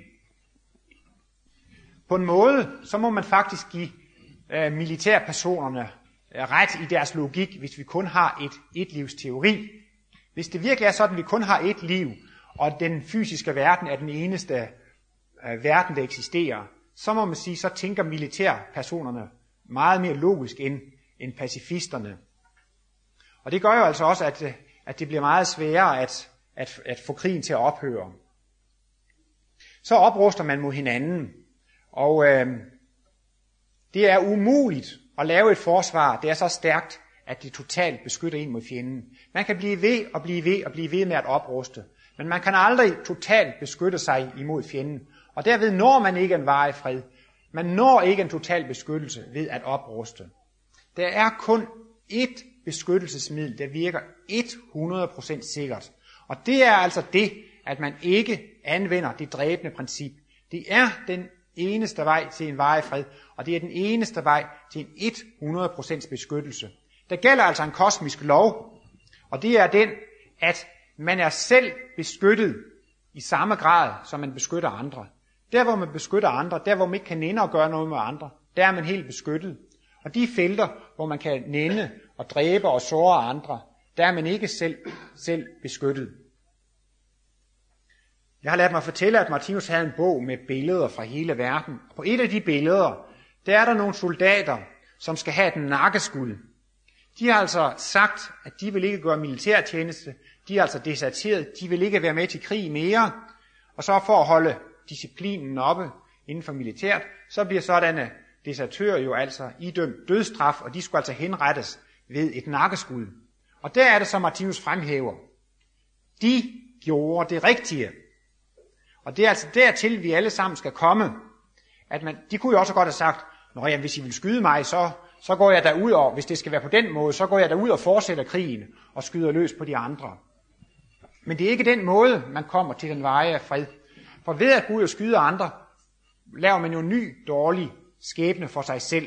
På en måde, så må man faktisk give øh, militærpersonerne øh, ret i deres logik, hvis vi kun har et etlivsteori. Hvis det virkelig er sådan, at vi kun har et liv, og den fysiske verden er den eneste øh, verden, der eksisterer, så må man sige, så tænker militærpersonerne meget mere logisk end, end pacifisterne. Og det gør jo altså også, at, at det bliver meget sværere at, at, at få krigen til at ophøre. Så opruster man mod hinanden, og øh, det er umuligt at lave et forsvar, det er så stærkt, at det totalt beskytter en mod fjenden. Man kan blive ved og blive ved og blive ved med at opruste, men man kan aldrig totalt beskytte sig imod fjenden. Og derved når man ikke en varig fred. Man når ikke en total beskyttelse ved at opruste. Der er kun ét beskyttelsesmiddel, der virker hundrede procent sikkert. Og det er altså det, at man ikke anvender det dræbende princip. Det er den eneste vej til en varig fred, og det er den eneste vej til en hundrede procent beskyttelse. Der gælder altså en kosmisk lov, og det er den, at man er selv beskyttet i samme grad, som man beskytter andre. Der hvor man beskytter andre, der hvor man ikke kan nænde og gøre noget med andre, der er man helt beskyttet. Og de felter, hvor man kan nænde og dræbe og såre andre, der er man ikke selv, selv beskyttet. Jeg har ladet mig fortælle, at Martinus havde en bog med billeder fra hele verden. Og på et af de billeder, der er der nogle soldater, som skal have et nakkeskud. De har altså sagt, at de vil ikke gøre militærtjeneste. De er altså deserteret. De vil ikke være med til krig mere. Og så for at holde disciplinen oppe inden for militært, så bliver sådanne desertører jo altså idømt dødsstraf, og de skulle altså henrettes ved et nakkeskud. Og der er det, som Martinus fremhæver. De gjorde det rigtige. Og det er altså dertil, vi alle sammen skal komme. At man, de kunne jo også godt have sagt, nå ja, hvis I vil skyde mig, så, så går jeg derud, og hvis det skal være på den måde, så går jeg derud og fortsætter krigen og skyder løs på de andre. Men det er ikke den måde, man kommer til den varige fred. For ved at gå ud og skyde andre, laver man jo en ny, dårlig skæbne for sig selv.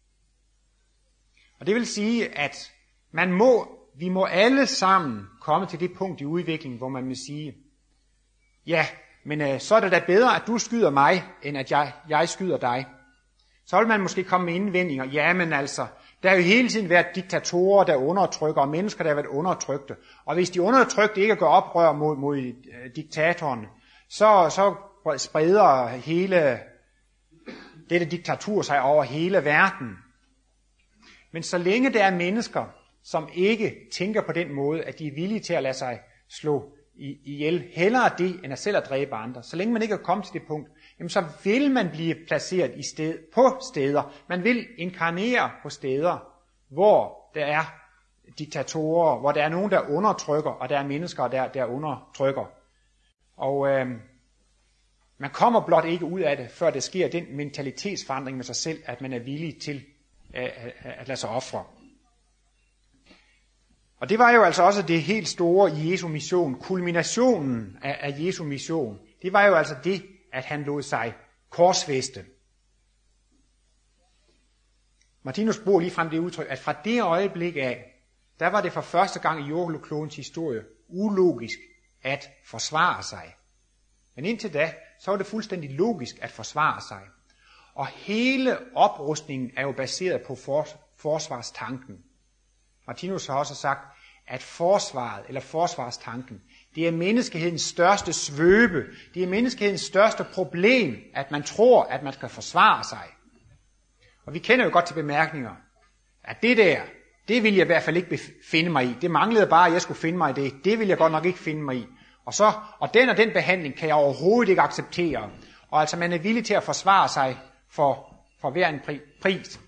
Og det vil sige, at man må, vi må alle sammen komme til det punkt i udviklingen, hvor man vil sige, ja, men øh, så er det da bedre, at du skyder mig, end at jeg, jeg skyder dig. Så vil man måske komme med indvendinger. Ja, men altså, der har jo hele tiden været diktatorer, der undertrykker, og mennesker, der har været undertrykte. Og hvis de undertrykte ikke gør oprør mod, mod øh, diktatoren, så, så spreder hele dette diktatur sig over hele verden. Men så længe der er mennesker, som ikke tænker på den måde, at de er villige til at lade sig slå ihjel, hellere det, end at selv at dræbe andre. Så længe man ikke er kommet til det punkt, jamen så vil man blive placeret i sted, på steder. Man vil inkarnere på steder, hvor der er diktatorer, hvor der er nogen, der undertrykker, og der er mennesker, der, der undertrykker. Og øh, man kommer blot ikke ud af det, før der sker den mentalitetsforandring med sig selv, at man er villig til at, at, at lade sig ofre. Og det var jo altså også det helt store i Jesu mission, kulminationen af, af Jesu mission. Det var jo altså det, at han lod sig korsfæste. Martinus bruger lige frem det udtryk, at fra det øjeblik af, der var det for første gang i jordklodens historie ulogisk at forsvare sig. Men indtil da, så var det fuldstændig logisk at forsvare sig. Og hele oprustningen er jo baseret på for, forsvarstanken. Martinus har også sagt, at forsvaret eller forsvarstanken, det er menneskehedens største svøbe. Det er menneskehedens største problem, at man tror, at man skal forsvare sig. Og vi kender jo godt til bemærkninger, at det der, det vil jeg i hvert fald ikke finde mig i. Det manglede bare, at jeg skulle finde mig i det. Det vil jeg godt nok ikke finde mig i. Og, så, og den og den behandling kan jeg overhovedet ikke acceptere. Og altså man er villig til at forsvare sig for, for hver en pris.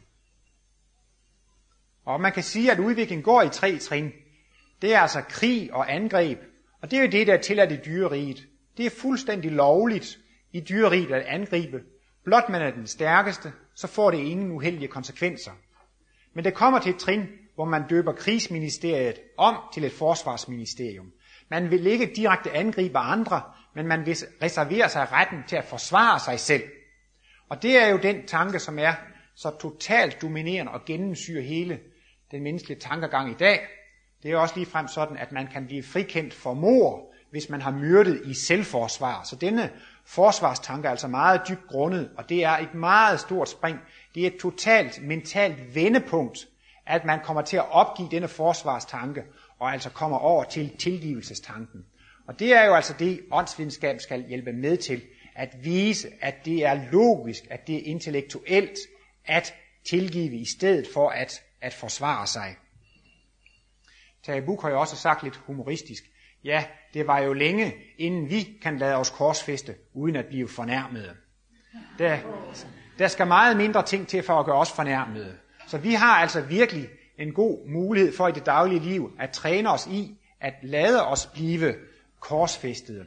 Og man kan sige, at udviklingen går i tre trin. Det er altså krig og angreb. Og det er jo det, der er tilladt i dyreriget. Det er fuldstændig lovligt i dyreriget at angribe. Blot man er den stærkeste, så får det ingen uheldige konsekvenser. Men det kommer til et trin, hvor man døber krigsministeriet om til et forsvarsministerium. Man vil ikke direkte angribe andre, men man vil reservere sig retten til at forsvare sig selv. Og det er jo den tanke, som er så totalt dominerende og gennemsyrer hele den menneskelige tankegang i dag. Det er også ligefrem sådan, at man kan blive frikendt for mord, hvis man har myrdet i selvforsvar. Så denne forsvarstanke er altså meget dybt grundet, og det er et meget stort spring. Det er et totalt mentalt vendepunkt, at man kommer til at opgive denne forsvarstanke, og altså kommer over til tilgivelsestanken. Og det er jo altså det, åndsvidenskab skal hjælpe med til, at vise, at det er logisk, at det er intellektuelt at tilgive i stedet for at, at forsvare sig. Tage Buch har jo også sagt lidt humoristisk, ja, det var jo længe, inden vi kan lade os korsfæste, uden at blive fornærmede. Der, der skal meget mindre ting til for at gøre os fornærmede. Så vi har altså virkelig en god mulighed for i det daglige liv at træne os i, at lade os blive korsfæstede.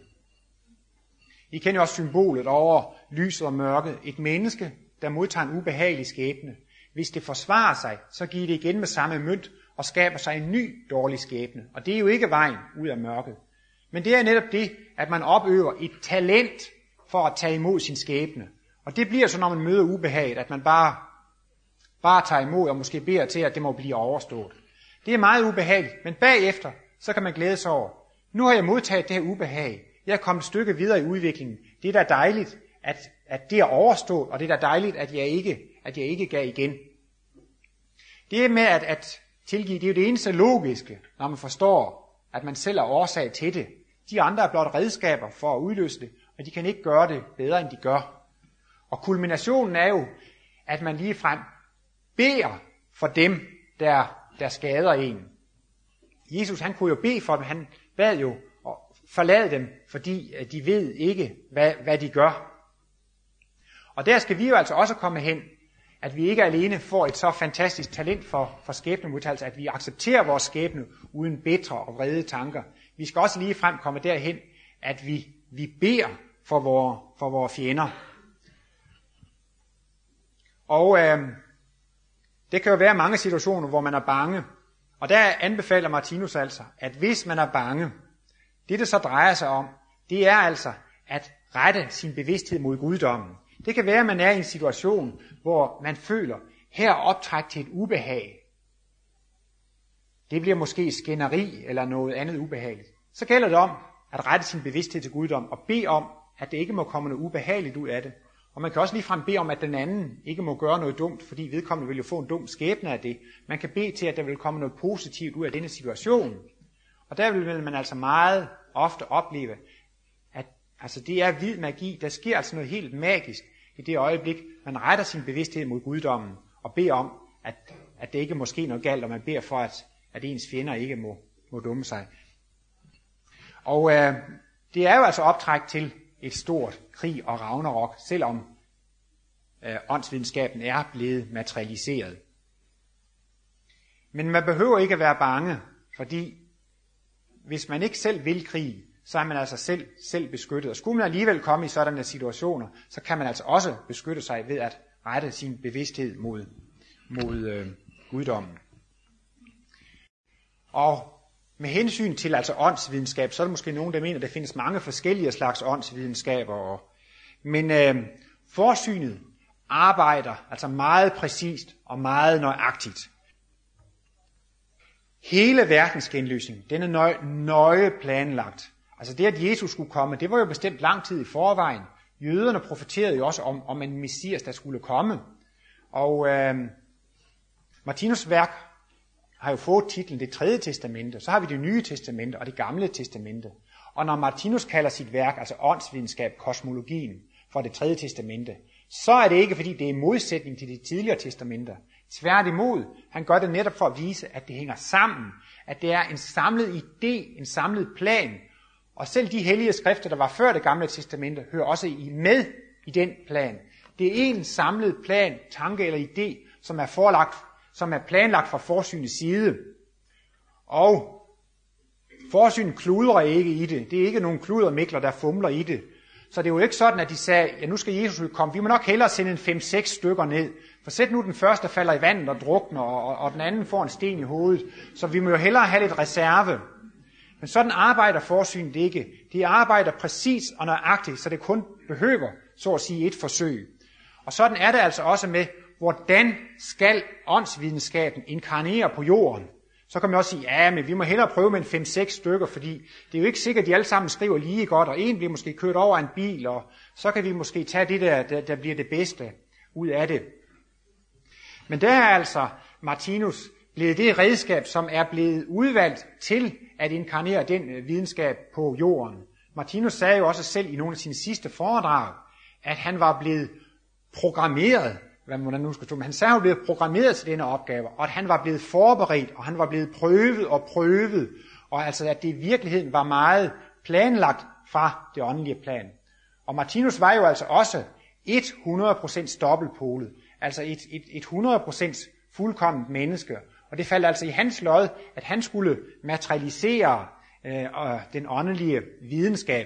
I kender jo også symbolet over lyset og mørket. Et menneske, der modtager en ubehagelig skæbne. Hvis det forsvarer sig, så giver det igen med samme mønt og skaber sig en ny dårlig skæbne. Og det er jo ikke vejen ud af mørket. Men det er netop det, at man opøver et talent for at tage imod sin skæbne. Og det bliver så, når man møder ubehaget, at man bare, bare tager imod og måske beder til, at det må blive overstået. Det er meget ubehageligt, men bagefter, så kan man glæde sig over. Nu har jeg modtaget det her ubehag. Jeg er kommet et stykke videre i udviklingen. Det er da dejligt, at, at det er overstået, og det er da dejligt, at jeg ikke, at jeg ikke gav igen. Det med at, at tilgive, det er jo det eneste logiske, når man forstår, at man selv er årsag til det. De andre er blot redskaber for at udløse det, og de kan ikke gøre det bedre, end de gør. Og kulminationen er jo, at man ligefrem beder for dem, der, der skader en. Jesus, han kunne jo bede for dem, han bad jo at forlade dem, fordi de ved ikke, hvad, hvad de gør. Og der skal vi jo altså også komme hen, at vi ikke alene får et så fantastisk talent for, for skæbnemodtagelse, at vi accepterer vores skæbne uden bitre og vrede tanker. Vi skal også lige frem komme derhen, at vi, vi beder for vores, for vores fjender. Og øh, det kan jo være mange situationer, hvor man er bange. Og der anbefaler Martinus altså, at hvis man er bange, det det så drejer sig om, det er altså at rette sin bevidsthed mod guddommen. Det kan være, at man er i en situation, hvor man føler, her er optræk til et ubehag. Det bliver måske skænderi eller noget andet ubehageligt. Så gælder det om at rette sin bevidsthed til guddom og bede om, at det ikke må komme noget ubehageligt ud af det. Og man kan også ligefrem bede om, at den anden ikke må gøre noget dumt, fordi vedkommende vil jo få en dum skæbne af det. Man kan bede til, at der vil komme noget positivt ud af denne situation. Og der vil man altså meget ofte opleve, at altså det er vild magi. Der sker altså noget helt magisk i det øjeblik, man retter sin bevidsthed mod guddommen og beder om, at, at det ikke må ske noget galt, og man beder for, at, at ens fjender ikke må, må dumme sig. Og øh, det er jo altså optræk til et stort krig og ragnarok, selvom øh, åndsvidenskaben er blevet materialiseret. Men man behøver ikke at være bange, fordi hvis man ikke selv vil krig, så er man altså selv, selv beskyttet. Og skulle man alligevel komme i sådanne situationer, så kan man altså også beskytte sig ved at rette sin bevidsthed mod, mod øh, guddommen. Og med hensyn til altså åndsvidenskab, så er der måske nogen, der mener, at der findes mange forskellige slags åndsvidenskaber. Og, men øh, forsynet arbejder altså meget præcist og meget nøjagtigt. Hele verdens genløsning, den er nøje, nøje planlagt. Altså det, at Jesus skulle komme, det var jo bestemt lang tid i forvejen. Jøderne profeterede jo også om, om en messias, der skulle komme. Og øh, Martinus' værk har jo fået titlen Det tredje testamente. Så har vi Det nye testamente og Det gamle testamente. Og når Martinus kalder sit værk, altså åndsvidenskab, kosmologien, for Det tredje testamente, så er det ikke, fordi det er i modsætning til de tidligere testamenter. Tværtimod, han gør det netop for at vise, at det hænger sammen. At det er en samlet idé, en samlet plan. Og selv de hellige skrifter, der var før Det gamle testamente, hører også i med i den plan. Det er en samlet plan, tanke eller idé, som er forelagt, som er planlagt fra forsynets side. Og forsynet kludrer ikke i det. Det er ikke nogen kludermikler, der fumler i det. Så det er jo ikke sådan, at de sagde, ja, nu skal Jesus komme. Vi må nok hellere sende en fem-seks stykker ned. For sæt nu den første falder i vandet og drukner, og, og den anden får en sten i hovedet. Så vi må jo hellere have lidt reserve. Men sådan arbejder forsynet ikke. De arbejder præcis og nøjagtigt, så det kun behøver, så at sige, et forsøg. Og sådan er det altså også med, hvordan skal åndsvidenskaben inkarnere på jorden. Så kan man også sige, ja, men vi må hellere prøve med en fem-seks stykker, fordi det er jo ikke sikkert, at de alle sammen skriver lige godt, og en bliver måske kørt over en bil, og så kan vi måske tage det, der, der, der bliver det bedste ud af det. Men der er altså Martinus blevet det redskab, som er blevet udvalgt til at inkarnere den videnskab på jorden. Martinus sagde jo også selv i nogle af sine sidste foredrag, at han var blevet programmeret, hvad man nu skal tro, men han sagde, at han var blevet programmeret til denne opgave, og at han var blevet forberedt, og han var blevet prøvet og prøvet, og altså at det i virkeligheden var meget planlagt fra det åndelige plan. Og Martinus var jo altså også hundrede procent dobbeltpolet, altså et, et, et hundrede procent fuldkomment menneske, og det faldt altså i hans lod, at han skulle materialisere øh, den åndelige videnskab.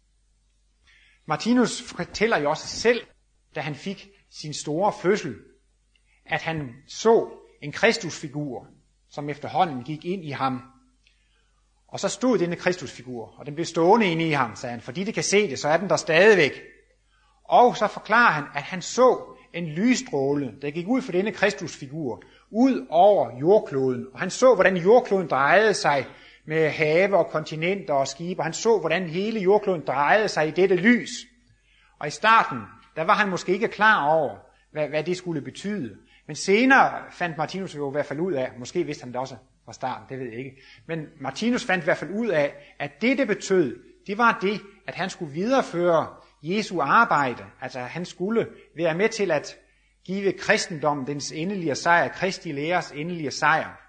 Martinus fortæller jo også selv, da han fik sin store fødsel, at han så en Kristusfigur, som efterhånden gik ind i ham. Og så stod denne Kristusfigur, og den blev stående inde i ham, sagde han, fordi det kan se det, så er den der stadigvæk. Og så forklarer han, at han så en lysstråle, der gik ud fra denne Kristusfigur, ud over jordkloden. Og han så, hvordan jordkloden drejede sig med have og kontinenter og skibe, og han så, hvordan hele jordkloden drejede sig i dette lys. Og i starten, der var han måske ikke klar over, hvad, hvad det skulle betyde. Men senere fandt Martinus jo i hvert fald ud af, måske vidste han det også fra starten, det ved jeg ikke, men Martinus fandt i hvert fald ud af, at det, det betød, det var det, at han skulle videreføre Jesu arbejde. Altså han skulle være med til at give kristendommen dens endelige sejr, Kristi læres endelige sejr.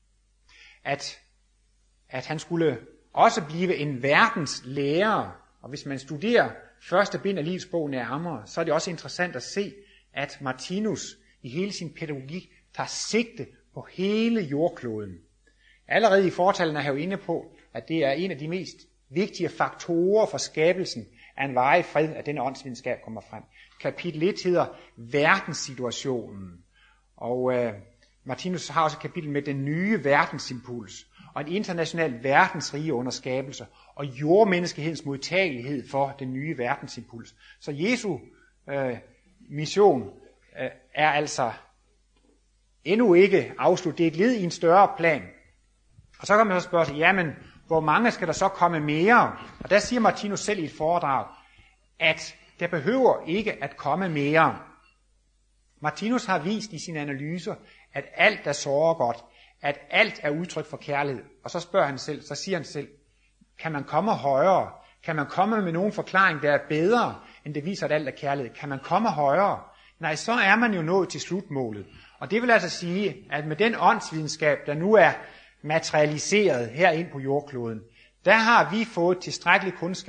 At, at han skulle også blive en verdens lærer. Og hvis man studerer første bind af Livets bog nærmere, så er det også interessant at se, at Martinus i hele sin pædagogik tager sigte på hele jordkloden. Allerede i fortalen er jeg jo inde på, at det er en af de mest vigtige faktorer for skabelsen af en varig fred, at denne åndsvidenskab kommer frem. Kapitel et hedder verdenssituationen, og øh, Martinus har også et kapitel med den nye verdensimpuls, og en international verdensrige under skabelse, og jordmenneskehedens modtagelighed for den nye verdensimpuls. Så Jesu øh, mission øh, er altså endnu ikke afsluttet. Det er et led i en større plan. Og så kan man så spørge sig, jamen, hvor mange skal der så komme mere? Og der siger Martinus selv i et foredrag, at der behøver ikke at komme mere. Martinus har vist i sine analyser, at alt er såre godt, at alt er udtryk for kærlighed. Og så spørger han selv, så siger han selv, kan man komme højere? Kan man komme med nogen forklaring, der er bedre, end det viser, at alt er kærlighed? Kan man komme højere? Nej, så er man jo nået til slutmålet. Og det vil altså sige, at med den åndsvidenskab, der nu er materialiseret her ind på jordkloden, der har vi fået tilstrækkelig kundskab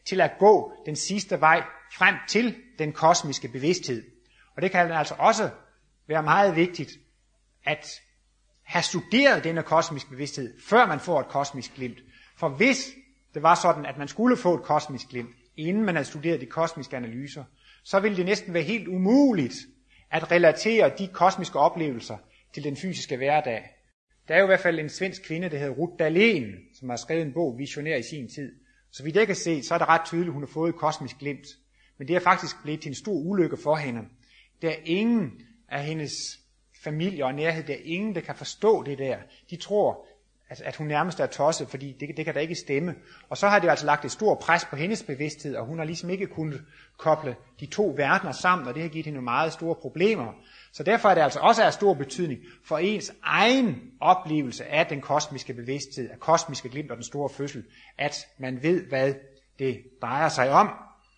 til at gå den sidste vej frem til den kosmiske bevidsthed. Og det kan altså også være meget vigtigt at have studeret denne kosmiske bevidsthed, før man får et kosmisk glimt. For hvis det var sådan, at man skulle få et kosmisk glimt, inden man havde studeret de kosmiske analyser, så ville det næsten være helt umuligt at relatere de kosmiske oplevelser til den fysiske hverdag. Der er jo i hvert fald en svensk kvinde, der hedder Ruth Dahlén, som har skrevet en bog, Visionær i sin tid. Så vidt jeg kan se, så er det ret tydeligt, at hun har fået et kosmisk glimt. Men det er faktisk blevet til en stor ulykke for hende. Der er ingen af hendes familie og nærhed, der er ingen, der kan forstå det der. De tror, at hun nærmest er tosset, fordi det, det kan da ikke stemme. Og så har det altså lagt et stort pres på hendes bevidsthed, og hun har ligesom ikke kunnet koble de to verdener sammen, og det har givet hende nogle meget store problemer. Så derfor er det altså også af stor betydning for ens egen oplevelse af den kosmiske bevidsthed, af kosmiske glimt og den store fødsel, at man ved, hvad det drejer sig om.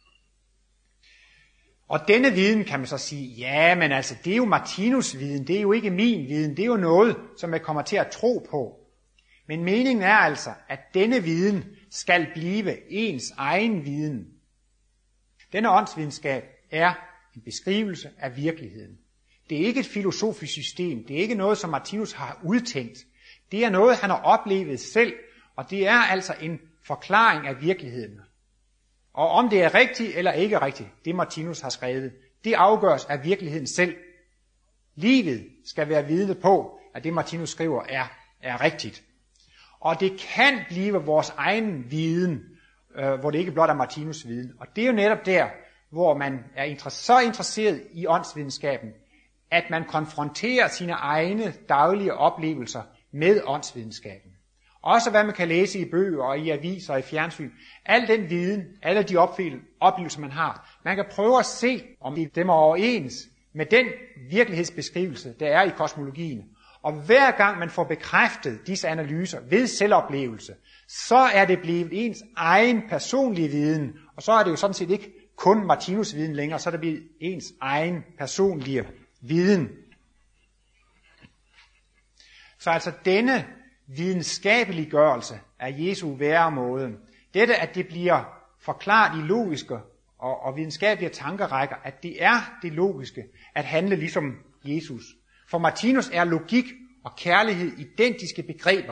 Og denne viden kan man så sige, ja, men altså, det er jo Martinus' viden, det er jo ikke min viden, det er jo noget, som jeg kommer til at tro på. Men meningen er altså, at denne viden skal blive ens egen viden. Denne åndsvidenskab er en beskrivelse af virkeligheden. Det er ikke et filosofisk system, det er ikke noget, som Martinus har udtænkt. Det er noget, han har oplevet selv, og det er altså en forklaring af virkeligheden. Og om det er rigtigt eller ikke rigtigt, det Martinus har skrevet, det afgøres af virkeligheden selv. Livet skal være vidne på, at det Martinus skriver er, er rigtigt. Og det kan blive vores egen viden, øh, hvor det ikke blot er Martinus' viden. Og det er jo netop der, hvor man er inter- så interesseret i åndsvidenskaben, at man konfronterer sine egne daglige oplevelser med åndsvidenskaben. Også hvad man kan læse i bøger og i aviser og i fjernsyn. Al den viden, alle de oplevelser, man har. Man kan prøve at se, om de stemmer overens med den virkelighedsbeskrivelse, der er i kosmologien. Og hver gang man får bekræftet disse analyser ved selvoplevelse, så er det blevet ens egen personlige viden. Og så er det jo sådan set ikke kun Martinus' viden længere, så er det blevet ens egen personlige viden. Så altså denne videnskabeliggørelse af Jesu væremåde, dette at det bliver forklaret i logiske og, og videnskabelige tankerækker, at det er det logiske at handle ligesom Jesus. For Martinus er logik og kærlighed identiske begreber.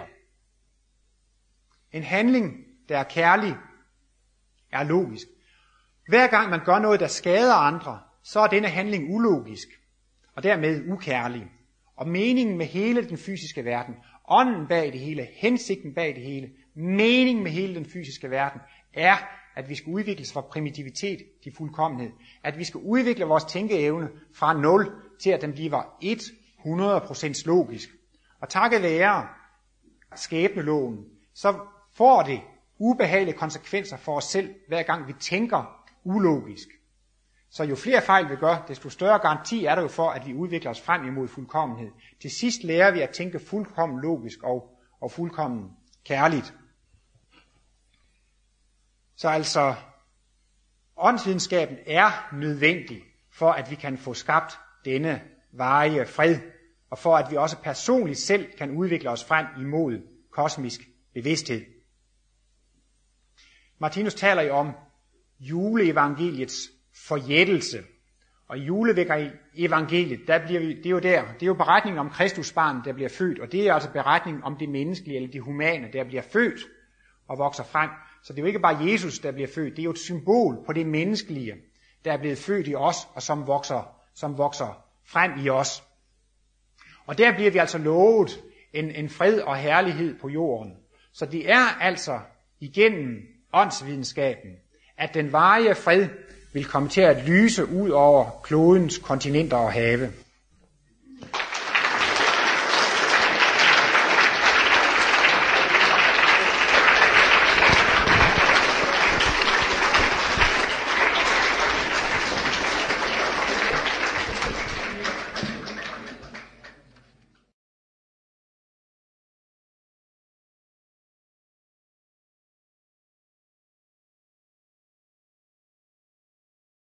En handling, der er kærlig, er logisk. Hver gang man gør noget, der skader andre, så er denne handling ulogisk, og dermed ukærlig. Og meningen med hele den fysiske verden, ånden bag det hele, hensigten bag det hele, meningen med hele den fysiske verden, er, at vi skal udvikles fra primitivitet til fuldkommenhed. At vi skal udvikle vores tænkeevne fra nul til, at den bliver hundrede procent logisk. Og takket være skæbneloven, så får det ubehagelige konsekvenser for os selv, hver gang vi tænker ulogisk. Så jo flere fejl vi gør, desto større garanti er der jo for, at vi udvikler os frem imod fuldkommenhed. Til sidst lærer vi at tænke fuldkommen logisk og, og fuldkommen kærligt. Så altså, åndsvidenskaben er nødvendig for, at vi kan få skabt denne varige fred, og for at vi også personligt selv kan udvikle os frem imod kosmisk bevidsthed. Martinus taler jo om juleevangeliets forjættelse. Og i juleevangeliet, der bliver vi, det er jo der, det er jo beretningen om Kristusbarnet, der bliver født, og det er altså beretningen om det menneskelige eller det humane, der bliver født og vokser frem. Så det er jo ikke bare Jesus, der bliver født, det er jo et symbol på det menneskelige, der er blevet født i os, og som vokser, som vokser frem i os. Og der bliver vi altså lovet en, en fred og herlighed på jorden. Så det er altså igennem åndsvidenskaben, at den varige fred vil komme til at lyse ud over klodens kontinenter og have.